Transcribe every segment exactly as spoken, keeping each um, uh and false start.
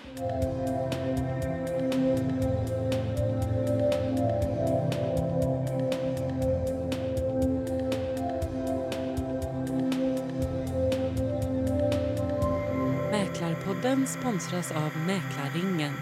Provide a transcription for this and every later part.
Mäklarpodden sponsras av Mäklarringen.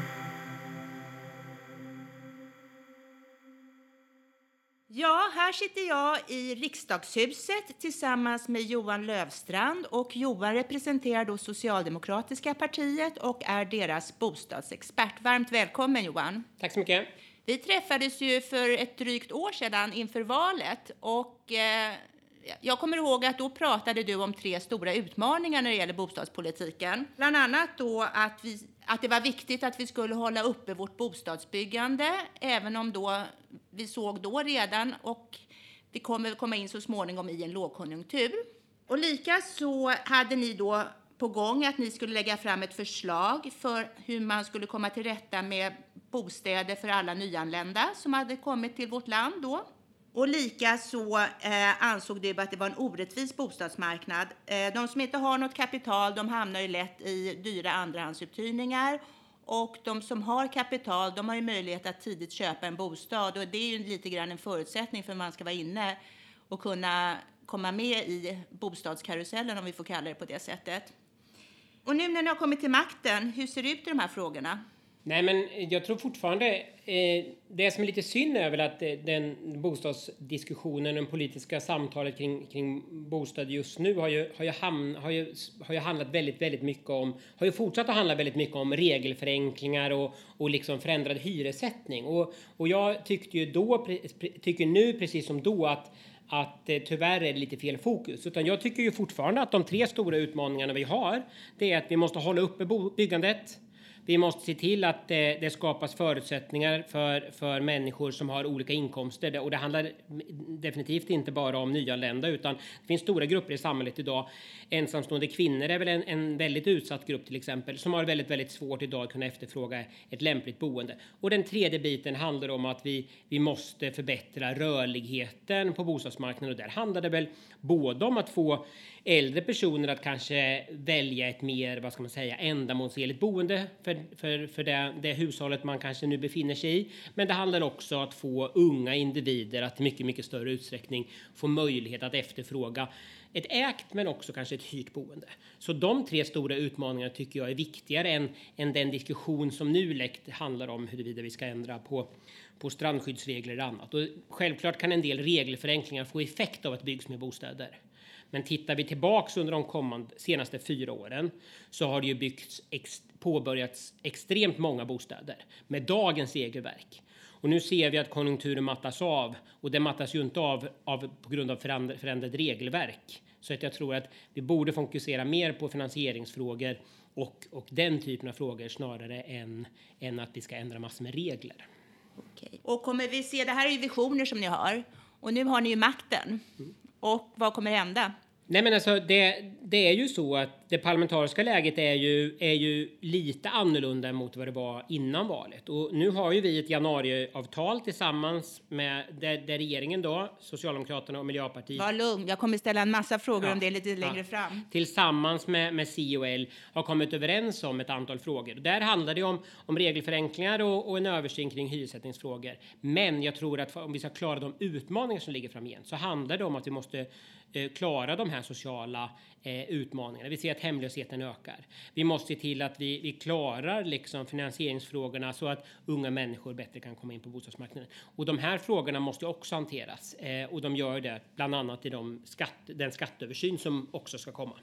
Ja, här sitter jag i riksdagshuset tillsammans med Johan Löfstrand, och Johan representerar då Socialdemokratiska partiet och är deras bostadsexpert. Varmt välkommen, Johan. Tack så mycket. Vi träffades ju för ett drygt år sedan inför valet, och eh, jag kommer ihåg att då pratade du om tre stora utmaningar när det gäller bostadspolitiken. Bland annat då att, vi, att det var viktigt att vi skulle hålla uppe vårt bostadsbyggande, även om då vi såg då redan, och vi kommer komma in så småningom i en lågkonjunktur. Och lika så hade ni då på gång att ni skulle lägga fram ett förslag för hur man skulle komma till rätta med bostäder för alla nyanlända som hade kommit till vårt land då. Och lika så eh, ansåg du att det var en orättvis bostadsmarknad. Eh, de som inte har något kapital, de hamnar ju lätt i dyra andrahandsuthyrningar. Och de som har kapital, de har ju möjlighet att tidigt köpa en bostad. Och det är ju lite grann en förutsättning för att man ska vara inne och kunna komma med i bostadskarusellen, om vi får kalla det på det sättet. Och nu när ni har kommit till makten, hur ser det ut i de här frågorna? Nej, men jag tror fortfarande eh, det som är lite synd är väl att eh, den bostadsdiskussionen, den politiska samtalet kring, kring bostad just nu har ju, har, ju ham, har, ju, har ju handlat väldigt, väldigt mycket om, har ju fortsatt att handla väldigt mycket om regelförenklingar och, och liksom förändrad hyressättning. Och, och jag tyckte ju då, tycker nu precis som då att att eh, tyvärr är det lite fel fokus. Utan jag tycker ju fortfarande att de tre stora utmaningarna vi har, det är att vi måste hålla uppe byggandet. Vi måste se till att det, det skapas förutsättningar för, för människor som har olika inkomster. Och det handlar definitivt inte bara om nyanlända, utan det finns stora grupper i samhället idag. Ensamstående kvinnor är väl en, en väldigt utsatt grupp till exempel, som har väldigt, väldigt svårt idag att kunna efterfråga ett lämpligt boende. Och den tredje biten handlar om att vi, vi måste förbättra rörligheten på bostadsmarknaden. Och där handlar det väl både om att få äldre personer att kanske välja ett mer, vad ska man säga, ändamålsenligt boende för, för, för det, det hushållet man kanske nu befinner sig i. Men det handlar också om att få unga individer att i mycket, mycket större utsträckning få möjlighet att efterfråga ett ägt men också kanske ett hyrt boende. Så de tre stora utmaningarna tycker jag är viktigare än, än den diskussion som nu läckt handlar om huruvida vi ska ändra på, på strandskyddsregler och annat. Och självklart kan en del regelförenklingar få effekt av att byggs med bostäder. Men tittar vi tillbaks under de kommande senaste fyra åren så har det ju byggts ex, påbörjats extremt många bostäder med dagens regelverk. Och nu ser vi att konjunkturen mattas av, och det mattas ju inte av, av på grund av föränd, förändrad regelverk. Så att jag tror att vi borde fokusera mer på finansieringsfrågor och, och den typen av frågor snarare än, än att vi ska ändra massor med regler. Okej. Och kommer vi se, det här är ju visioner som ni har, och nu har ni ju makten. Mm. Och vad kommer hända? Nej, men alltså det, det är ju så att det parlamentariska läget är ju, är ju lite annorlunda mot vad det var innan valet. Och nu har ju vi ett januariavtal tillsammans med där, där regeringen då, Socialdemokraterna och Miljöpartiet. Var lugn, jag kommer ställa en massa frågor ja, om det lite längre ja, fram. Tillsammans med, med C O L har kommit överens om ett antal frågor. Och där handlar det om, om regelförenklingar och, och en översyn kring hyressättningsfrågor. Men jag tror att om vi ska klara de utmaningar som ligger fram igen så handlar det om att vi måste eh, klara de här sociala eh, utmaningarna. Vi ser att hemlösheten ökar. Vi måste se till att vi, vi klarar liksom finansieringsfrågorna så att unga människor bättre kan komma in på bostadsmarknaden. Och de här frågorna måste också hanteras. Eh, och de gör det bland annat i de skatt, den skatteöversyn som också ska komma.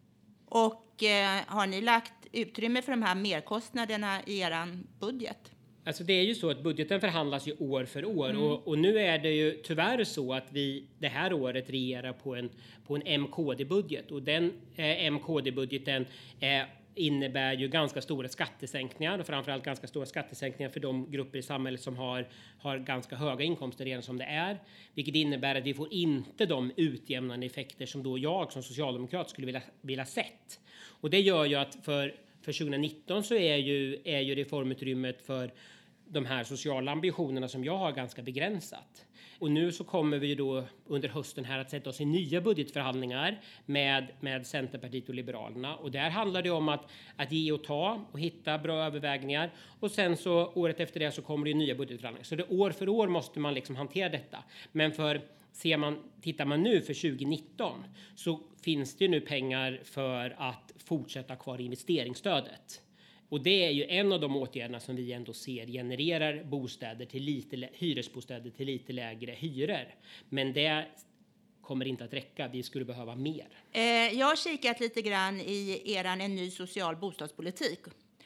Och eh, har ni lagt utrymme för de här merkostnaderna i er budget? Alltså det är ju så att budgeten förhandlas ju år för år mm. och, och nu är det ju tyvärr så att vi det här året regerar på en, på en M K D-budget och den eh, M K D-budgeten eh, innebär ju ganska stora skattesänkningar och framförallt ganska stora skattesänkningar för de grupper i samhället som har, har ganska höga inkomster redan som det är. Vilket innebär att vi får inte de utjämnande effekter som då jag som socialdemokrat skulle vilja, vilja sett. Och det gör ju att för, för tjugonitton så är ju, är ju reformutrymmet för de här sociala ambitionerna som jag har ganska begränsat. Och nu så kommer vi ju då under hösten här att sätta oss i nya budgetförhandlingar med, med Centerpartiet och Liberalerna. Och där handlar det om att, att ge och ta och hitta bra övervägningar. Och sen så året efter det så kommer det nya budgetförhandlingar. Så det år för år måste man liksom hantera detta. Men för ser man, tittar man nu för tjugo nitton så finns det ju nu pengar för att fortsätta kvar investeringsstödet. Och det är ju en av de åtgärderna som vi ändå ser genererar bostäder till lite, hyresbostäder till lite lägre hyror. Men det kommer inte att räcka. Vi skulle behöva mer. Eh, jag har kikat lite grann i eran En ny social bostadspolitik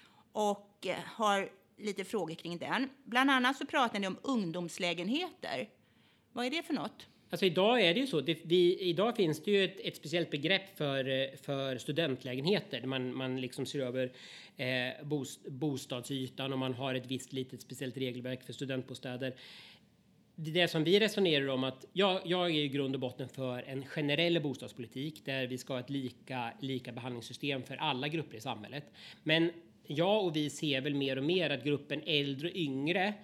och eh, har lite frågor kring den. Bland annat så pratar ni om ungdomslägenheter. Vad är det för något? Alltså idag är det ju så. Det, vi, idag finns det ju ett, ett speciellt begrepp för, för studentlägenheter. Man, man liksom ser över eh, bost, bostadsytan och man har ett visst litet speciellt regelverk för studentbostäder. Det, det som vi resonerar om att jag, jag är i grund och botten för en generell bostadspolitik där vi ska ha ett lika, lika behandlingssystem för alla grupper i samhället. Men jag och vi ser väl mer och mer att gruppen äldre och yngre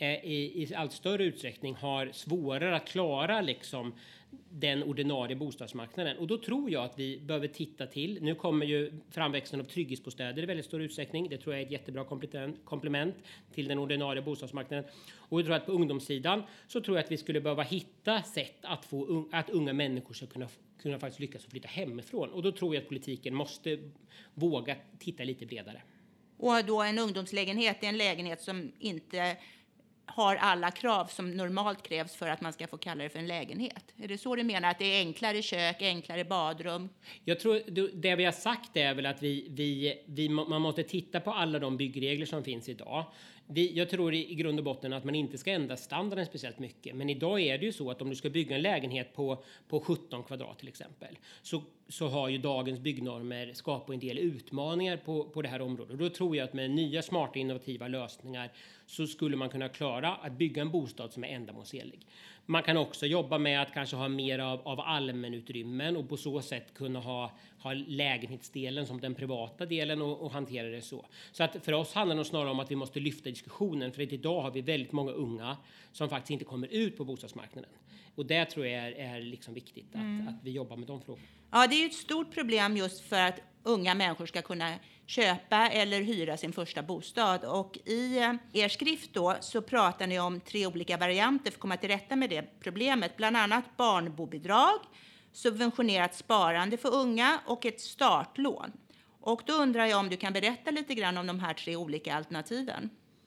I, i allt större utsträckning har svårare att klara liksom den ordinarie bostadsmarknaden. Och då tror jag att vi behöver titta till. Nu kommer ju framväxten av trygghetsbostäder i väldigt stor utsträckning. Det tror jag är ett jättebra komplement till den ordinarie bostadsmarknaden. Och jag tror att på ungdomssidan så tror jag att vi skulle behöva hitta sätt att få att unga människor ska kunna, kunna faktiskt lyckas flytta hemifrån. Och då tror jag att politiken måste våga titta lite bredare. Och då en ungdomslägenhet är en lägenhet som inte har alla krav som normalt krävs för att man ska få kalla det för en lägenhet. Är det så du menar, att det är enklare kök, enklare badrum? Jag tror det vi har sagt är väl att vi, vi, vi, man måste titta på alla de byggregler som finns idag. Vi, jag tror i, i grund och botten att man inte ska ändra standarden speciellt mycket. Men idag är det ju så att om du ska bygga en lägenhet på, på sjutton kvadrat till exempel. Så, så har ju dagens byggnormer skapat en del utmaningar på, på det här området. Och då tror jag att med nya smarta innovativa lösningar så skulle man kunna klara att bygga en bostad som är ändamålsenlig. Man kan också jobba med att kanske ha mer av, av allmänutrymmen och på så sätt kunna ha, ha lägenhetsdelen som den privata delen och, och hantera det så. Så att för oss handlar det snarare om att vi måste lyfta diskussionen, för att idag har vi väldigt många unga som faktiskt inte kommer ut på bostadsmarknaden. Och det tror jag är, är liksom viktigt att, mm. att vi jobbar med de frågorna. Ja, det är ju ett stort problem just för att unga människor ska kunna köpa eller hyra sin första bostad. Och i er skrift då så pratar ni om tre olika varianter för att komma till rätta med det problemet. Bland annat barnbobidrag, subventionerat sparande för unga och ett startlån. Och då undrar jag om du kan berätta lite grann om de här tre olika alternativen.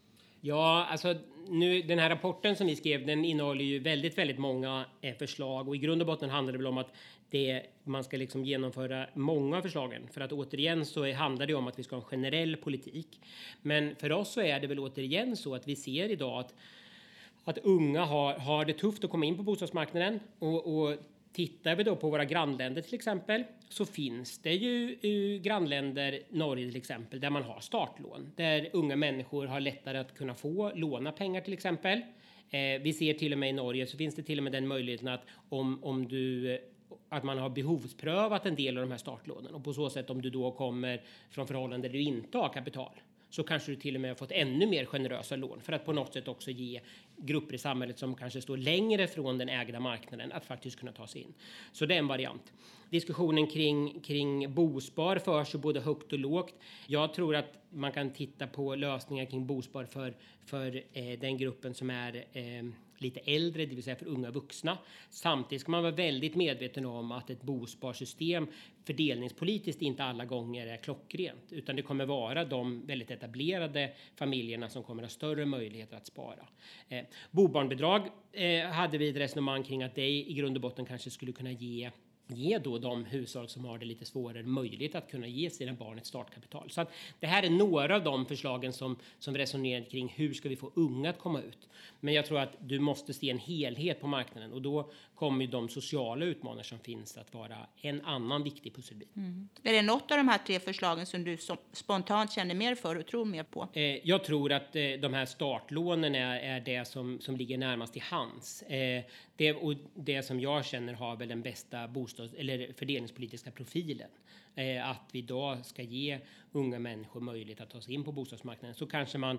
Ja, alltså nu, den här rapporten som vi skrev, den innehåller ju väldigt, väldigt många eh, förslag. Och i grund och botten handlar det väl om att det, man ska liksom genomföra många av förslagen. För att återigen så är, handlar det om att vi ska ha en generell politik. Men för oss så är det väl återigen så att vi ser idag att, att unga har, har det tufft att komma in på bostadsmarknaden. Och, och tittar vi då på våra grannländer till exempel, så finns det ju i grannländer, Norge till exempel, där man har startlån. Där unga människor har lättare att kunna få låna pengar till exempel. Eh, vi ser till och med i Norge så finns det till och med den möjligheten att om, om du, att man har behovsprövat en del av de här startlånen. Och på så sätt om du då kommer från förhållanden där du inte har kapital, så kanske du till och med har fått ännu mer generösa lån för att på något sätt också ge grupper i samhället som kanske står längre från den ägda marknaden att faktiskt kunna ta sig in. Så det är en variant. Diskussionen kring, kring bospar förs ju både högt och lågt. Jag tror att man kan titta på lösningar kring bospar för, för eh, den gruppen som är eh, lite äldre, det vill säga för unga vuxna. Samtidigt ska man vara väldigt medveten om att ett bosparsystem fördelningspolitiskt inte alla gånger är klockrent, utan det kommer vara de väldigt etablerade familjerna som kommer ha större möjligheter att spara. Eh, bobarnbidrag eh, hade vi ett resonemang kring att det i grund och botten kanske skulle kunna ge ge då de hushåll som har det lite svårare möjlighet att kunna ge sina barn ett startkapital. Så att det här är några av de förslagen som, som vi resonerar kring hur ska vi få unga att komma ut. Men jag tror att du måste se en helhet på marknaden och då kommer ju de sociala utmaningar som finns att vara en annan viktig pusselbit. Mm. Är det något av de här tre förslagen som du som spontant känner mer för och tror mer på? Eh, jag tror att eh, de här startlånen är, är det som, som ligger närmast till hands. Eh, det, och det som jag känner har väl den bästa bostads- eller fördelningspolitiska profilen. Eh, att vi då ska ge unga människor möjlighet att ta sig in på bostadsmarknaden. Så kanske man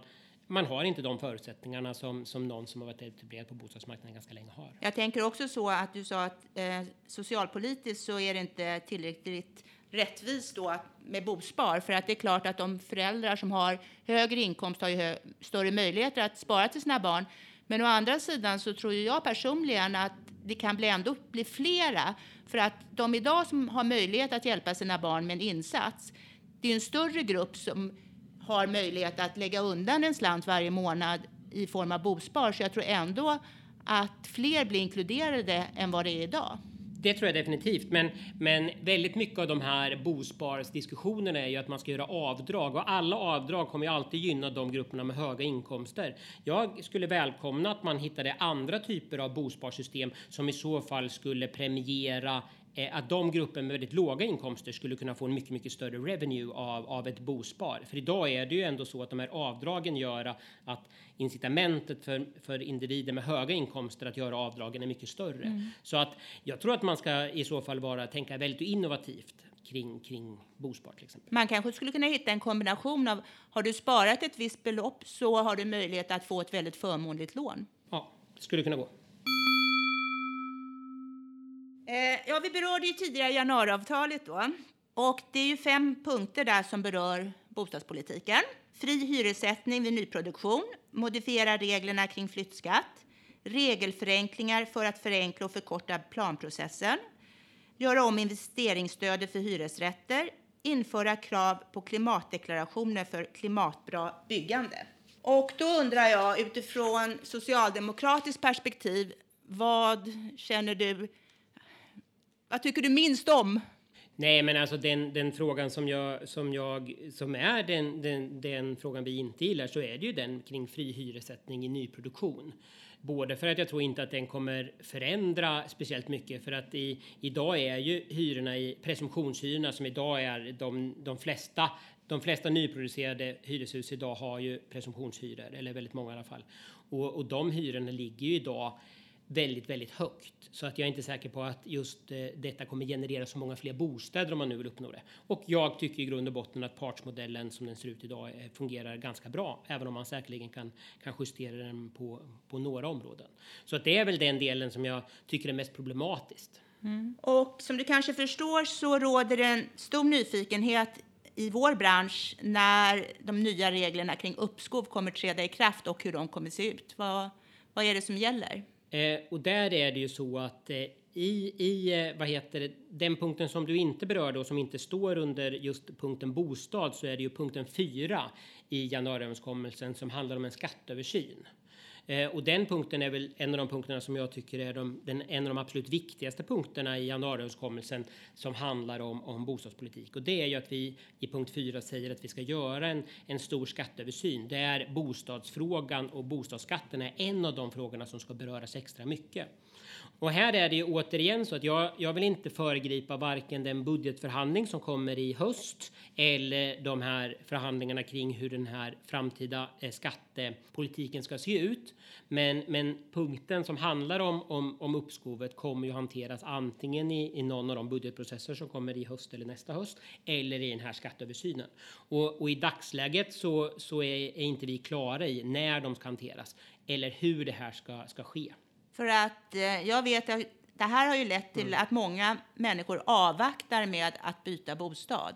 man har inte de förutsättningarna som, som någon som har varit etablerad på bostadsmarknaden ganska länge har. Jag tänker också så att du sa att eh, socialpolitiskt så är det inte tillräckligt rättvist då med bospar. För att det är klart att de föräldrar som har högre inkomst har ju hö- större möjligheter att spara till sina barn. Men å andra sidan så tror jag personligen att det kan bli ändå bli flera. För att de idag som har möjlighet att hjälpa sina barn med en insats, det är en större grupp som har möjlighet att lägga undan en slant varje månad i form av bospar. Så jag tror ändå att fler blir inkluderade än vad det är idag. Det tror jag definitivt, men, men väldigt mycket av de här bosparsdiskussionerna är ju att man ska göra avdrag, och alla avdrag kommer ju alltid gynna de grupperna med höga inkomster. Jag skulle välkomna att man hittade andra typer av bosparsystem som i så fall skulle premiera att de grupper med väldigt låga inkomster skulle kunna få en mycket, mycket större revenue av, av ett bospar. För idag är det ju ändå så att de här avdragen gör att incitamentet för, för individer med höga inkomster att göra avdragen är mycket större. Mm. Så att jag tror att man ska i så fall vara, tänka väldigt innovativt kring, kring bospar till exempel. Man kanske skulle kunna hitta en kombination av, har du sparat ett visst belopp så har du möjlighet att få ett väldigt förmånligt lån. Ja, det skulle kunna gå. Ja, vi berörde ju tidigare januariavtalet då. Och det är ju fem punkter där som berör bostadspolitiken. Fri hyressättning vid nyproduktion, modifiera reglerna kring flyttskatt, regelförenklingar för att förenkla och förkorta planprocessen, göra om investeringsstödet för hyresrätter, införa krav på klimatdeklarationer för klimatbra byggande. Och då undrar jag utifrån socialdemokratiskt perspektiv, vad känner du, vad tycker du minst om? Nej, men alltså den, den frågan som jag som jag som är den, den den frågan vi inte gillar, så är det ju den kring fri hyressättning i nyproduktion. Både för att jag tror inte att den kommer förändra speciellt mycket, för att i idag är ju hyrorna i presumtionshyrorna som idag är de de flesta de flesta nyproducerade hyreshus idag har ju presumtionshyror, eller väldigt många i alla fall. Och och de hyrorna ligger ju idag väldigt, väldigt högt. Så att jag är inte säker på att just eh, detta kommer generera så många fler bostäder om man nu vill uppnå det. Och jag tycker i grund och botten att partsmodellen som den ser ut idag eh, fungerar ganska bra. Även om man säkerligen kan, kan justera den på, på några områden. Så att det är väl den delen som jag tycker är mest problematiskt. Mm. Och som du kanske förstår så råder en stor nyfikenhet i vår bransch när de nya reglerna kring uppskov kommer träda i kraft och hur de kommer se ut. Vad, vad är det som gäller? Eh, och där är det ju så att eh, i, i eh, vad heter det, den punkten som du inte berörde och som inte står under just punkten bostad, så är det ju punkten fyra i januariöverenskommelsen som handlar om en skatteöversyn. Eh, och den punkten är väl en av de punkterna som jag tycker är de, den, en av de absolut viktigaste punkterna i januariöverenskommelsen som handlar om, om bostadspolitik. Och det är ju att vi i punkt fyra säger att vi ska göra en, en stor skatteöversyn. Där bostadsfrågan och bostadsskatten är en av de frågorna som ska beröras extra mycket. Och här är det ju återigen så att jag, jag vill inte föregripa varken den budgetförhandling som kommer i höst eller de här förhandlingarna kring hur den här framtida eh, skattepolitiken ska se ut. Men, men punkten som handlar om, om, om uppskovet kommer ju hanteras antingen i, i någon av de budgetprocesser som kommer i höst eller nästa höst, eller i den här skatteöversynen. Och, och i dagsläget så, så är, är inte vi klara i när de ska hanteras eller hur det här ska, ska ske. För att eh, jag vet att det här har ju lett till mm. att många människor avvaktar med att byta bostad.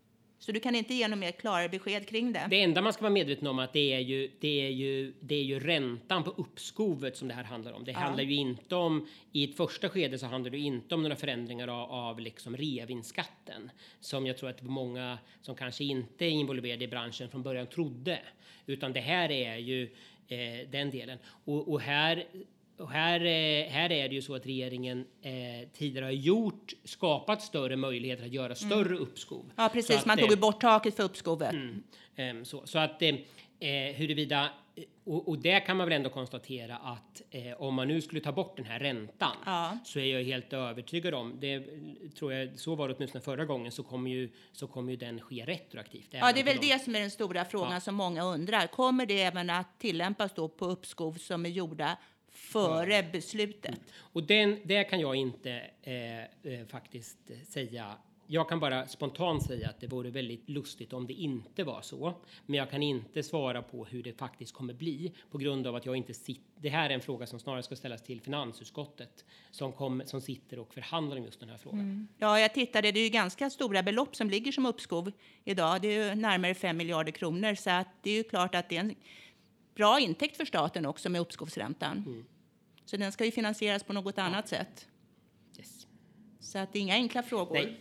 Så du kan inte ge något mer klara besked kring det. Det enda man ska vara medveten om att det är ju, det är ju, det är ju räntan på uppskovet som det här handlar om. Det ja. handlar ju inte om, i ett första skede så handlar det inte om några förändringar av, av liksom reavinstskatten. Som jag tror att många som kanske inte är involverade i branschen från början trodde. Utan det här är ju eh, den delen. Och, och här... Och här, här är det ju så att regeringen eh, tidigare har gjort, skapat större möjligheter att göra större mm. uppskov. Ja, precis. Att, man tog ju bort taket för uppskovet. Mm, eh, så, så att eh, huruvida, och, och det kan man väl ändå konstatera att eh, om man nu skulle ta bort den här räntan ja. så är jag helt övertygad om, det tror jag, så var det åtminstone förra gången, så kommer ju, så kommer ju den ske retroaktivt. Ja, det är väl de... det som är den stora frågan ja. som många undrar. Kommer det även att tillämpas då på uppskov som är gjorda före beslutet? Mm. Och den, det kan jag inte eh, eh, faktiskt säga jag kan bara spontant säga att det vore väldigt lustigt om det inte var så. Men jag kan inte svara på hur det faktiskt kommer bli på grund av att jag inte sitter. Det här är en fråga som snarare ska ställas till finansutskottet som, kom, som sitter och förhandlar om just den här frågan. Mm. Ja, jag tittade. Det är ju ganska stora belopp som ligger som uppskov idag. Det är ju närmare fem miljarder kronor. Så att det är ju klart att det är en bra intäkt för staten också med uppskovsräntan. Mm. Så den ska ju finansieras på något annat ja. sätt. Yes. Så att det är inga enkla frågor. Nej.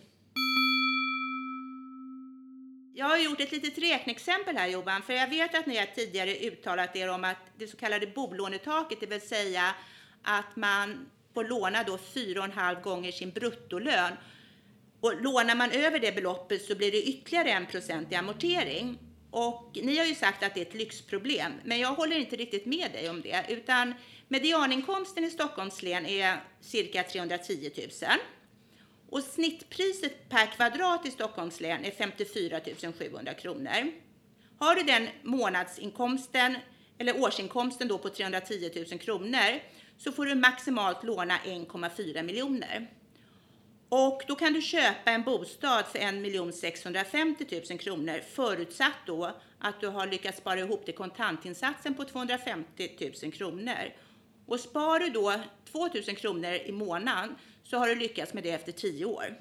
Jag har gjort ett litet räkneexempel här, Johan, för jag vet att ni har tidigare uttalat er om att det så kallade bolånetaket, det vill säga att man får låna då fyra och en halv gånger sin bruttolön. Och lånar man över det beloppet så blir det ytterligare en procent i amortering. Och ni har ju sagt att det är ett lyxproblem, men jag håller inte riktigt med dig om det. Utan medianinkomsten i Stockholms län är cirka trehundratio tusen. Och snittpriset per kvadrat i Stockholms län är femtiofyra tusen sjuhundra kronor. Har du den månadsinkomsten eller årsinkomsten då på trehundratio tusen kronor så får du maximalt låna en komma fyra miljoner. Och då kan du köpa en bostad för en miljon sexhundrafemtio tusen kronor förutsatt då att du har lyckats spara ihop till kontantinsatsen på tvåhundrafemtio tusen kronor. Och sparar du då två tusen kronor i månaden så har du lyckats med det efter tio år.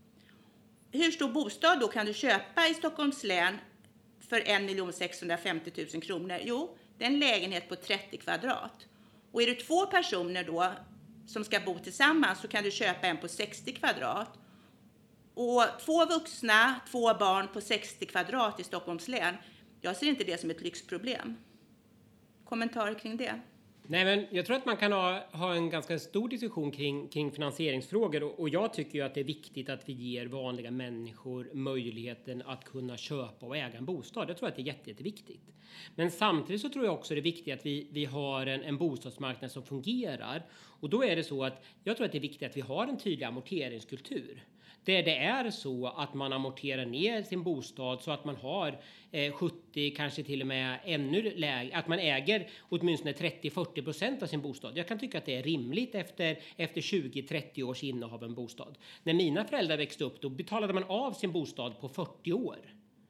Hur stor bostad då kan du köpa i Stockholms län för en miljon sexhundrafemtio tusen kronor? Jo, det är en lägenhet på trettio kvadrat. Och är det två personer då som ska bo tillsammans så kan du köpa en på sextio kvadrat. Och två vuxna, två barn på sextio kvadrat i Stockholms län. Jag ser inte det som ett lyxproblem. Kommentarer kring det? Nej, men jag tror att man kan ha, ha en ganska stor diskussion kring, kring finansieringsfrågor och, och jag tycker ju att det är viktigt att vi ger vanliga människor möjligheten att kunna köpa och äga en bostad. Jag tror att det är jätte, jätteviktigt. Men samtidigt så tror jag också det är viktigt att vi, vi har en, en bostadsmarknad som fungerar. Och då är det så att jag tror att det är viktigt att vi har en tydlig amorteringskultur. Där det är så att man amorterar ner sin bostad så att man har eh, sjuttio, kanske till och med ännu lägre, att man äger åtminstone trettio till fyrtio procent av sin bostad. Jag kan tycka att det är rimligt efter, efter tjugo till trettio års innehav av en bostad. När mina föräldrar växte upp då betalade man av sin bostad på fyrtio år.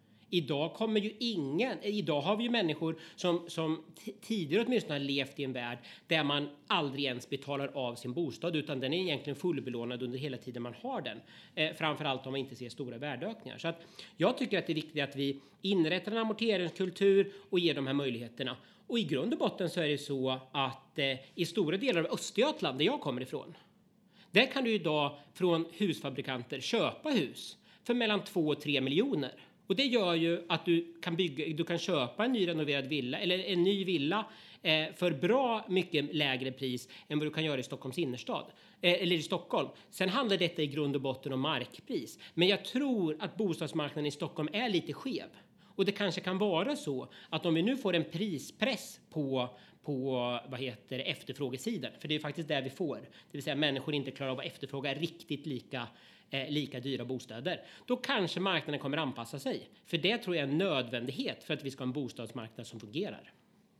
Idag kommer ju ingen, idag har vi ju människor som, som t- tidigare åtminstone har levt i en värld där man aldrig ens betalar av sin bostad utan den är egentligen fullbelånad under hela tiden man har den. Eh, framförallt om man inte ser stora värdeökningar. Så att jag tycker att det är viktigt att vi inrättar en amorteringskultur och ger de här möjligheterna. Och i grund och botten så är det så att eh, i stora delar av Östergötland där jag kommer ifrån, där kan du idag från husfabrikanter köpa hus för mellan två och tre miljoner. Och det gör ju att du kan bygga, du kan köpa en nyrenoverad villa eller en ny villa eh, för bra mycket lägre pris än vad du kan göra i Stockholms innerstad eh, eller i Stockholm. Sen handlar detta i grund och botten om markpris. Men jag tror att bostadsmarknaden i Stockholm är lite skev. Och det kanske kan vara så att om vi nu får en prispress på på vad heter efterfrågesidan, för det är faktiskt där vi får, det vill säga människor inte klarar av att efterfråga riktigt lika Eh, lika dyra bostäder, då kanske marknaden kommer anpassa sig. För det tror jag är en nödvändighet för att vi ska ha en bostadsmarknad som fungerar.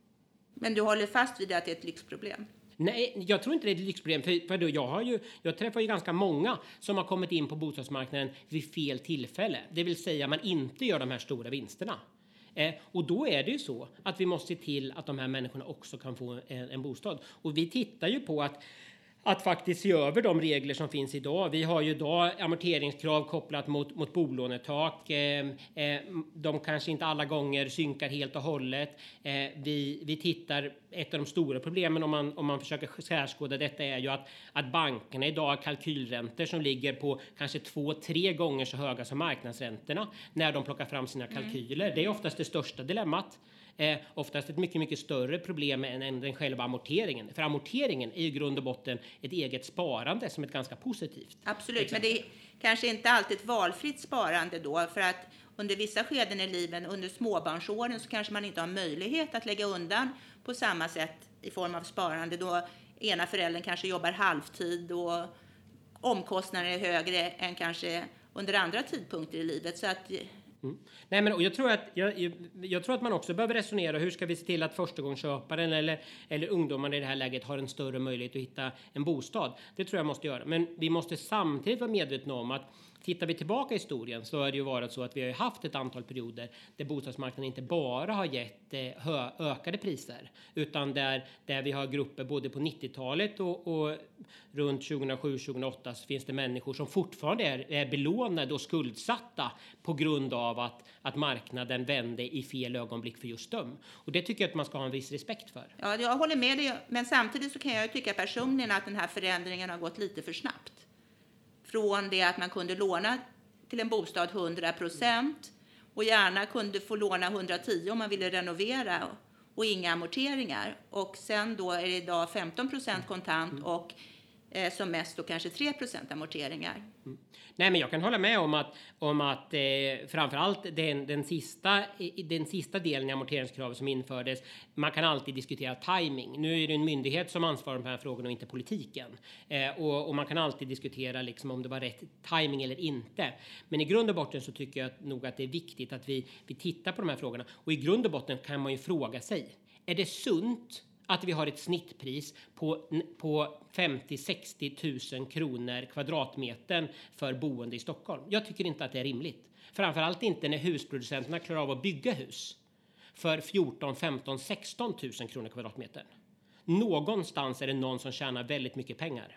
Men du håller fast vid att det är ett lyxproblem? Nej, jag tror inte det är ett lyxproblem. För, för då, jag, har ju, jag träffar ju ganska många som har kommit in på bostadsmarknaden vid fel tillfälle. Det vill säga man inte gör de här stora vinsterna. Eh, och då är det ju så att vi måste se till att de här människorna också kan få en, en bostad. Och vi tittar ju på att Att faktiskt se över de regler som finns idag. Vi har ju idag amorteringskrav kopplat mot, mot bolånetak. Eh, eh, de kanske inte alla gånger synkar helt och hållet. Eh, vi, vi tittar, ett av de stora problemen om man, om man försöker skärskåda detta är ju att, att bankerna idag har kalkylräntor som ligger på kanske två, tre gånger så höga som marknadsräntorna när de plockar fram sina kalkyler. Mm. Det är oftast det största dilemmat. Eh, oftast ett mycket, mycket större problem än, än den själva amorteringen. För amorteringen är ju i grund och botten ett eget sparande som är ett ganska positivt. Absolut, exempel. Men det är kanske inte alltid ett valfritt sparande då. För att under vissa skeden i livet, under småbarnsåren, så kanske man inte har möjlighet att lägga undan på samma sätt i form av sparande. Då ena föräldern kanske jobbar halvtid och omkostnaden är högre än kanske under andra tidpunkter i livet. Så att... Mm. Nej, men och jag tror att jag, jag, jag tror att man också behöver resonera hur ska vi se till att förstagångsköparen eller eller ungdomarna i det här läget har en större möjlighet att hitta en bostad. Det tror jag måste göra. Men vi måste samtidigt vara medvetna om att tittar vi tillbaka i historien så har det ju varit så att vi har haft ett antal perioder där bostadsmarknaden inte bara har gett eh, hö, ökade priser, utan där, där vi har grupper både på nittiotalet och, och runt tjugohundrasju tjugohundraåtta så finns det människor som fortfarande är, är belånade och skuldsatta på grund av att, att marknaden vände i fel ögonblick för just dem. Och det tycker jag att man ska ha en viss respekt för. Ja, jag håller med dig, men samtidigt så kan jag ju tycka personligen att den här förändringen har gått lite för snabbt. Från det att man kunde låna till en bostad hundra procent och gärna kunde få låna hundratio om man ville renovera och inga amorteringar. Och sen då är det idag femton procent kontant och eh, som mest då kanske tre procent amorteringar. Mm. Nej, men jag kan hålla med om att, om att eh, framförallt den, den, sista, den sista delen i amorteringskravet som infördes, man kan alltid diskutera timing. Nu är det en myndighet som ansvarar för de här frågorna och inte politiken. Eh, och, och man kan alltid diskutera liksom om det var rätt timing eller inte. Men i grund och botten så tycker jag nog att det är viktigt att vi, vi tittar på de här frågorna. Och i grund och botten kan man ju fråga sig, är det sunt att vi har ett snittpris på, på femtio till sextio tusen kronor kvadratmetern för boende i Stockholm? Jag tycker inte att det är rimligt. Framförallt inte när husproducenterna klarar av att bygga hus för fjorton, femton, sexton tusen kronor kvadratmetern. Någonstans är det någon som tjänar väldigt mycket pengar.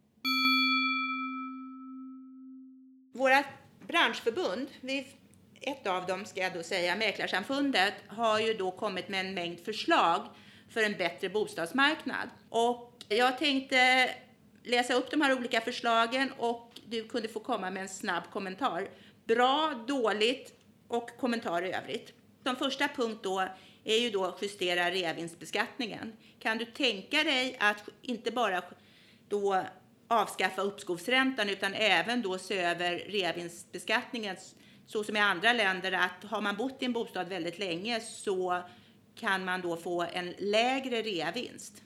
Våra branschförbund, vi, ett av dem ska jag då säga, Mäklarsamfundet, har ju då kommit med en mängd förslag för en bättre bostadsmarknad. Och jag tänkte läsa upp de här olika förslagen och du kunde få komma med en snabb kommentar. Bra, dåligt och kommentar i övrigt. Som första punkt då är ju då justera reavinstbeskattningen. Kan du tänka dig att inte bara då avskaffa uppskovsräntan utan även då se över reavinstbeskattningen så som i andra länder, att har man bott i en bostad väldigt länge så kan man då få en lägre reavinst?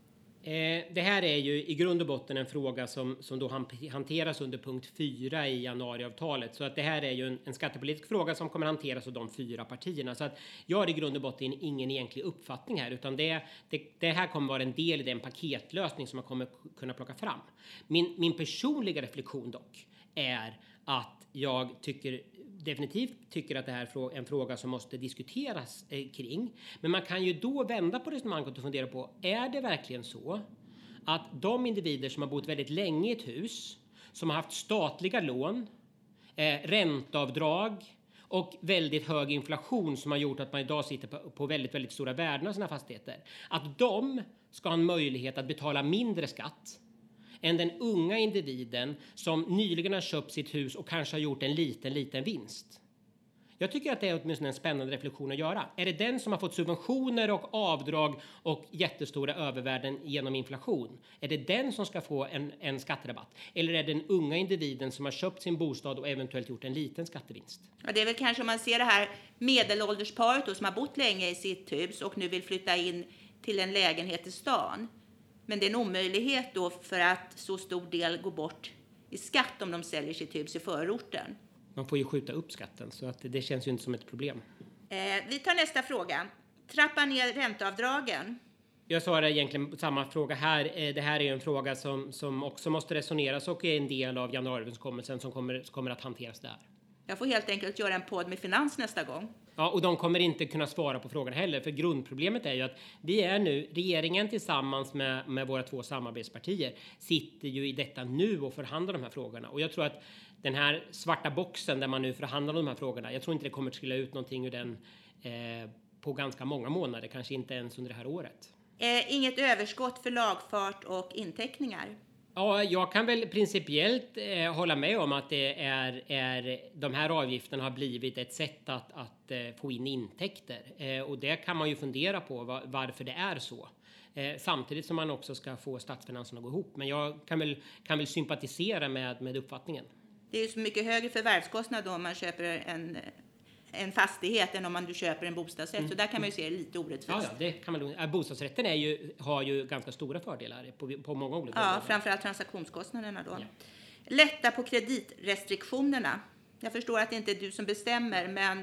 Eh, det här är ju i grund och botten en fråga som, som då hanteras under punkt fyra i januariavtalet. Så att det här är ju en, en skattepolitisk fråga som kommer hanteras av de fyra partierna. Så att jag har i grund och botten ingen egentlig uppfattning här, utan det, det, det här kommer vara en del i den paketlösning som man kommer kunna plocka fram. Min, min personliga reflektion dock är att jag tycker definitivt tycker att det här är en fråga som måste diskuteras eh, kring. Men man kan ju då vända på resonemanget och fundera på, är det verkligen så att de individer som har bott väldigt länge i ett hus, som har haft statliga lån, eh, ränteavdrag och väldigt hög inflation som har gjort att man idag sitter på, på väldigt, väldigt stora värden av sina fastigheter, att de ska ha en möjlighet att betala mindre skatt än den unga individen som nyligen har köpt sitt hus och kanske har gjort en liten, liten vinst? Jag tycker att det är åtminstone en spännande reflektion att göra. Är det den som har fått subventioner och avdrag och jättestora övervärden genom inflation? Är det den som ska få en, en skatterabatt? Eller är det den unga individen som har köpt sin bostad och eventuellt gjort en liten skattevinst? Ja, det är väl kanske om man ser det här medelåldersparet då, som har bott länge i sitt hus och nu vill flytta in till en lägenhet i stan. Men det är en omöjlighet då för att så stor del går bort i skatt om de säljer sitt hus i förorten. Man får ju skjuta upp skatten, så att det känns ju inte som ett problem. Eh, vi tar nästa fråga. Trappa ner ränteavdragen. Jag svarar egentligen samma fråga här. Det här är en fråga som, som också måste resoneras och är en del av januariöverenskommelsen som kommer, kommer att hanteras där. Jag får helt enkelt göra en podd med Finans nästa gång. Ja, och de kommer inte kunna svara på frågan heller, för grundproblemet är ju att vi är nu, regeringen tillsammans med, med våra två samarbetspartier sitter ju i detta nu och förhandlar de här frågorna. Och jag tror att den här svarta boxen där man nu förhandlar de här frågorna, jag tror inte det kommer att skilja ut någonting ur den eh, på ganska många månader, kanske inte ens under det här året. Eh, inget överskott för lagfart och inteckningar. Ja, jag kan väl principiellt eh, hålla med om att det är, är, de här avgifterna har blivit ett sätt att, att eh, få in intäkter. Eh, och det kan man ju fundera på var, varför det är så. Eh, samtidigt som man också ska få statsfinanserna att gå ihop. Men jag kan väl, kan väl sympatisera med, med uppfattningen. Det är ju så mycket högre förvärvskostnad då om man köper en, en fastighet än om man du köper en bostadsrätt. Mm. Så där kan man ju se det lite orättvist. Ja, ja, det kan man, äh, bostadsrätten är ju, har ju ganska stora fördelar på, på många olika Ja, områden. framförallt transaktionskostnaderna då. Ja. Lätta på kreditrestriktionerna. Jag förstår att det inte är du som bestämmer, men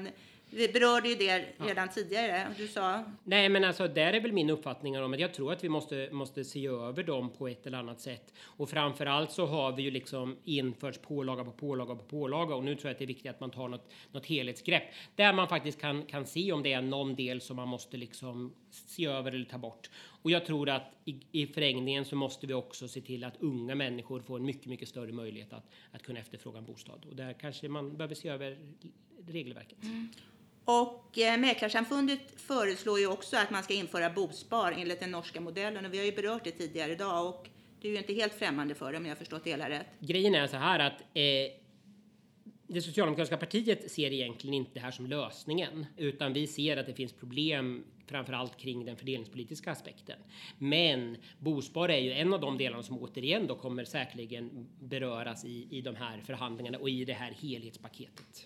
Vi berörde ju det redan ja. tidigare. Du sa... Nej, men alltså där är väl min uppfattning om att jag tror att vi måste, måste se över dem på ett eller annat sätt. Och framförallt så har vi ju liksom införts pålaga på pålaga på pålaga. Och nu tror jag att det är viktigt att man tar något, något helhetsgrepp. Där man faktiskt kan, kan se om det är någon del som man måste liksom se över eller ta bort. Och jag tror att i, i förlängningen så måste vi också se till att unga människor får en mycket, mycket större möjlighet att, att kunna efterfråga en bostad. Och där kanske man behöver se över regelverket. Mm. Och eh, Mäklarsamfundet föreslår ju också att man ska införa bospar enligt den norska modellen. Och vi har ju berört det tidigare idag och du är ju inte helt främmande för det om jag har förstått det hela rätt. Grejen är så här att eh, det socialdemokratiska partiet ser egentligen inte det här som lösningen. Utan vi ser att det finns problem framförallt kring den fördelningspolitiska aspekten. Men bospar är ju en av de delarna som återigen då kommer säkerligen beröras i, i de här förhandlingarna och i det här helhetspaketet.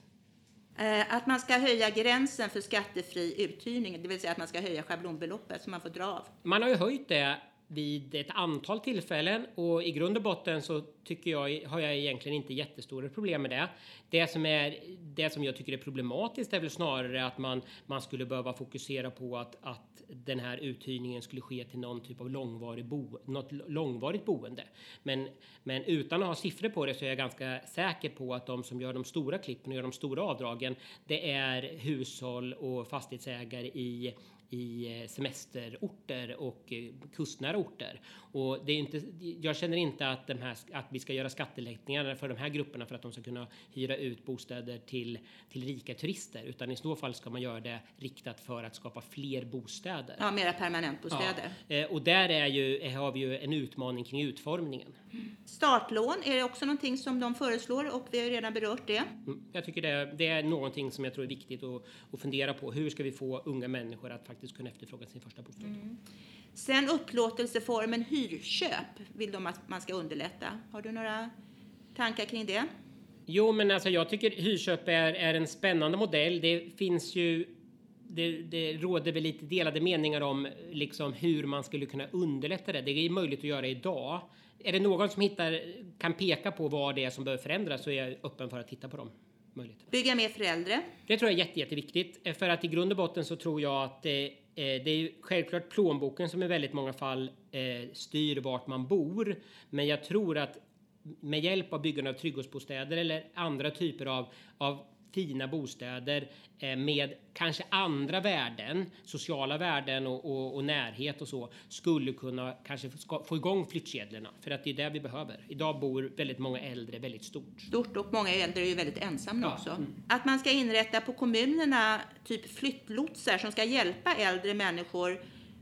Att man ska höja gränsen för skattefri uthyrning, det vill säga att man ska höja schablonbeloppet som man får dra av. Man har ju höjt det vid ett antal tillfällen och i grund och botten så tycker jag, har jag egentligen inte jättestora problem med det. Det som, är, det som jag tycker är problematiskt är väl snarare att man, man skulle behöva fokusera på att, att den här uthyrningen skulle ske till någon typ av långvarig bo, något långvarigt boende. Men, men utan att ha siffror på det så är jag ganska säker på att de som gör de stora klippen och gör de stora avdragen, det är hushåll och fastighetsägare i i semesterorter och kustnära orter. Och det är inte, jag känner inte att, de här, att vi ska göra skattelättnader för de här grupperna för att de ska kunna hyra ut bostäder till, till rika turister. Utan i så fall ska man göra det riktat för att skapa fler bostäder. Ja, mera permanentbostäder. Ja. Och där är ju, har vi ju en utmaning kring utformningen. Mm. Startlån är det också någonting som de föreslår och vi har ju redan berört det. Mm. Jag tycker det, det är någonting som jag tror är viktigt att, att fundera på. Hur ska vi få unga människor att faktiskt kunna efterfråga sin första bostad? Mm. Sen upplåtelseformen hyrköp vill de att man ska underlätta. Har du några tankar kring det? Jo, men alltså jag tycker hyrköp är, är en spännande modell. Det finns ju, det, det råder väl lite delade meningar om liksom hur man skulle kunna underlätta det. Det är möjligt att göra idag. Är det någon som hittar, kan peka på vad det är som behöver förändras så är jag öppen för att titta på dem. Möjligt. Bygga mer för äldre. Det tror jag är jätte, jätteviktigt. För att i grund och botten så tror jag att eh, det är ju självklart plånboken som i väldigt många fall eh, styr vart man bor. Men jag tror att med hjälp av byggande av trygghetsbostäder eller andra typer av, av fina bostäder eh, med kanske andra värden, sociala värden och, och, och närhet och så, skulle kunna kanske få, få igång flyttkedjorna. För att det är det vi behöver. Idag bor väldigt många äldre väldigt stort. Stort och många äldre är ju väldigt ensamma ja. också. Mm. Att man ska inrätta på kommunerna typ flyttlotsar som ska hjälpa äldre människor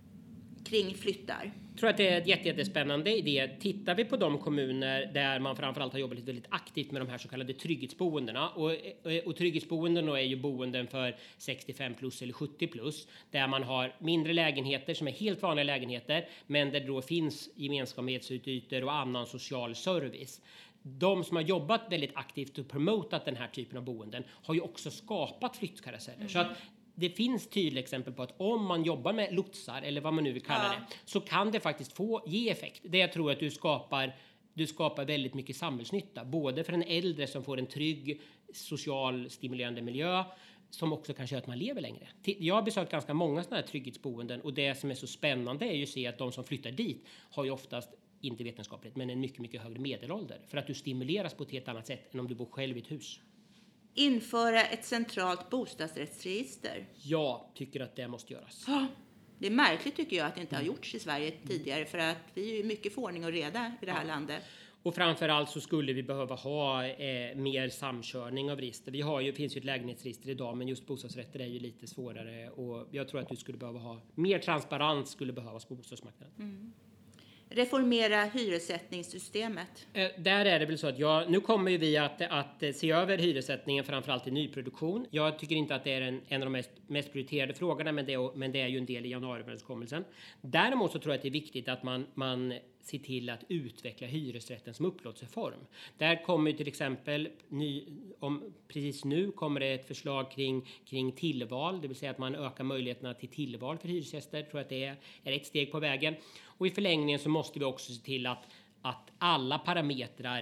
kring flyttar. Jag tror att det är en jätte, jättespännande idé. Tittar vi på de kommuner där man framförallt har jobbat väldigt aktivt med de här så kallade trygghetsboendena. Och, och, och trygghetsboenden är ju boenden för sextiofem plus eller sjuttio plus. Där man har mindre lägenheter som är helt vanliga lägenheter. Men där det då finns gemensamhetsytor och annan social service. De som har jobbat väldigt aktivt och promotat den här typen av boenden har ju också skapat flyttkaruseller. Mm. Så att det finns tydliga exempel på att om man jobbar med lotsar eller vad man nu vill kalla ja. det, så kan det faktiskt få ge effekt. Det jag tror att du skapar, du skapar väldigt mycket samhällsnytta. Både för en äldre som får en trygg, social, stimulerande miljö som också kanske gör att man lever längre. Jag har besökt ganska många sådana här trygghetsboenden och det som är så spännande är ju att se att de som flyttar dit har ju oftast inte vetenskapligt, men en mycket, mycket högre medelålder. För att du stimuleras på ett helt annat sätt än om du bor själv i ett hus. Införa ett centralt bostadsrättsregister. Jag tycker att det måste göras. Ja, det är märkligt tycker jag att det inte har gjorts i Sverige tidigare. För att vi är ju mycket för ordning och reda i det här ja. landet. Och framförallt så skulle vi behöva ha eh, mer samkörning av register. Vi har ju, det finns ju ett lägenhetsregister idag, men just bostadsrätter är ju lite svårare. Och jag tror att du skulle behöva ha mer transparens skulle behövas på bostadsmarknaden. Mm. Reformera hyressättningssystemet. Eh, där är det väl så att jag, nu kommer ju vi att, att se över hyressättningen framförallt i nyproduktion. Jag tycker inte att det är en, en av de mest, mest prioriterade frågorna, men det, är, men det är ju en del i januariöverenskommelsen. Däremot så tror jag att det är viktigt att man, man ser till att utveckla hyresrätten som upplåtelseform. Där kommer till exempel, ny, om, precis nu kommer det ett förslag kring, kring tillval, det vill säga att man ökar möjligheterna till tillval för hyresgäster. Jag tror att det är, är ett steg på vägen. Och i förlängningen så måste vi också se till att, att alla parametrar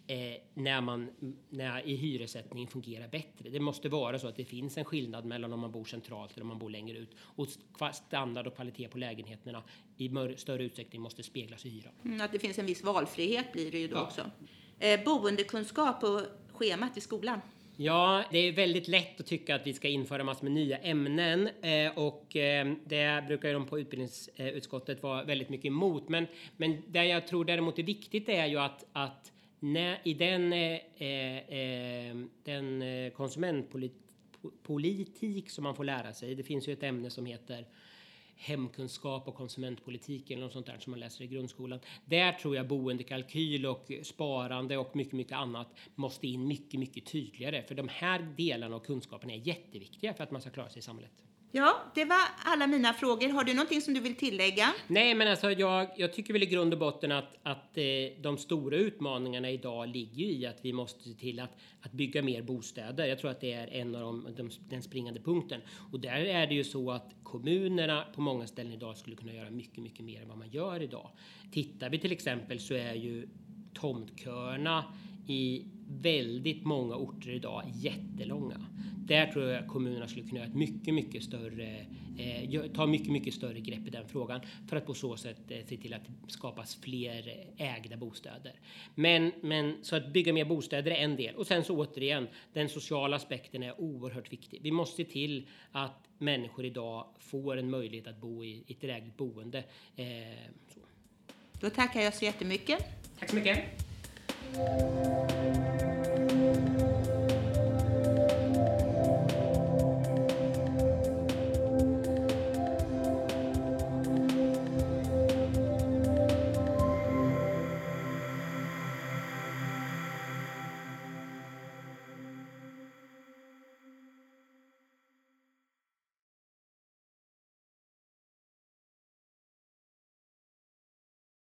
eh, när man när i hyressättningen fungerar bättre. Det måste vara så att det finns en skillnad mellan om man bor centralt eller om man bor längre ut. Och standard och kvalitet på lägenheterna i större utsträckning måste speglas i hyran. Mm, att det finns en viss valfrihet blir det ju då ja. också. Eh, boendekunskap och schemat i skolan. Ja, det är väldigt lätt att tycka att vi ska införa massor med nya ämnen eh, och eh, det brukar ju de på utbildningsutskottet vara väldigt mycket emot. Men, men det jag tror däremot är viktigt är ju att, att när, i den, eh, eh, den konsumentpolitik som man får lära sig, det finns ju ett ämne som heter hemkunskap och konsumentpolitik eller något sånt där som man läser i grundskolan. Där tror jag boendekalkyl och sparande och mycket, mycket annat måste in mycket, mycket tydligare. För de här delarna av kunskapen är jätteviktiga för att man ska klara sig i samhället. Ja, det var alla mina frågor. Har du någonting som du vill tillägga? Nej, men alltså jag, jag tycker väl i grund och botten att, att eh, de stora utmaningarna idag ligger i att vi måste se till att, att bygga mer bostäder. Jag tror att det är en av de, de, den springande punkten. Och där är det ju så att kommunerna på många ställen idag skulle kunna göra mycket, mycket mer än vad man gör idag. Tittar vi till exempel så är ju tomtköerna i väldigt många orter idag jättelånga. Där tror jag kommunerna skulle kunna göra ett mycket, mycket större, eh, ta mycket, mycket större grepp i den frågan för att på så sätt eh, se till att det skapas fler ägda bostäder. Men, men så att bygga mer bostäder är en del. Och sen så återigen, den sociala aspekten är oerhört viktig. Vi måste se till att människor idag får en möjlighet att bo i ett drägligt boende. Eh, så. Då tackar jag så jättemycket. Tack så mycket.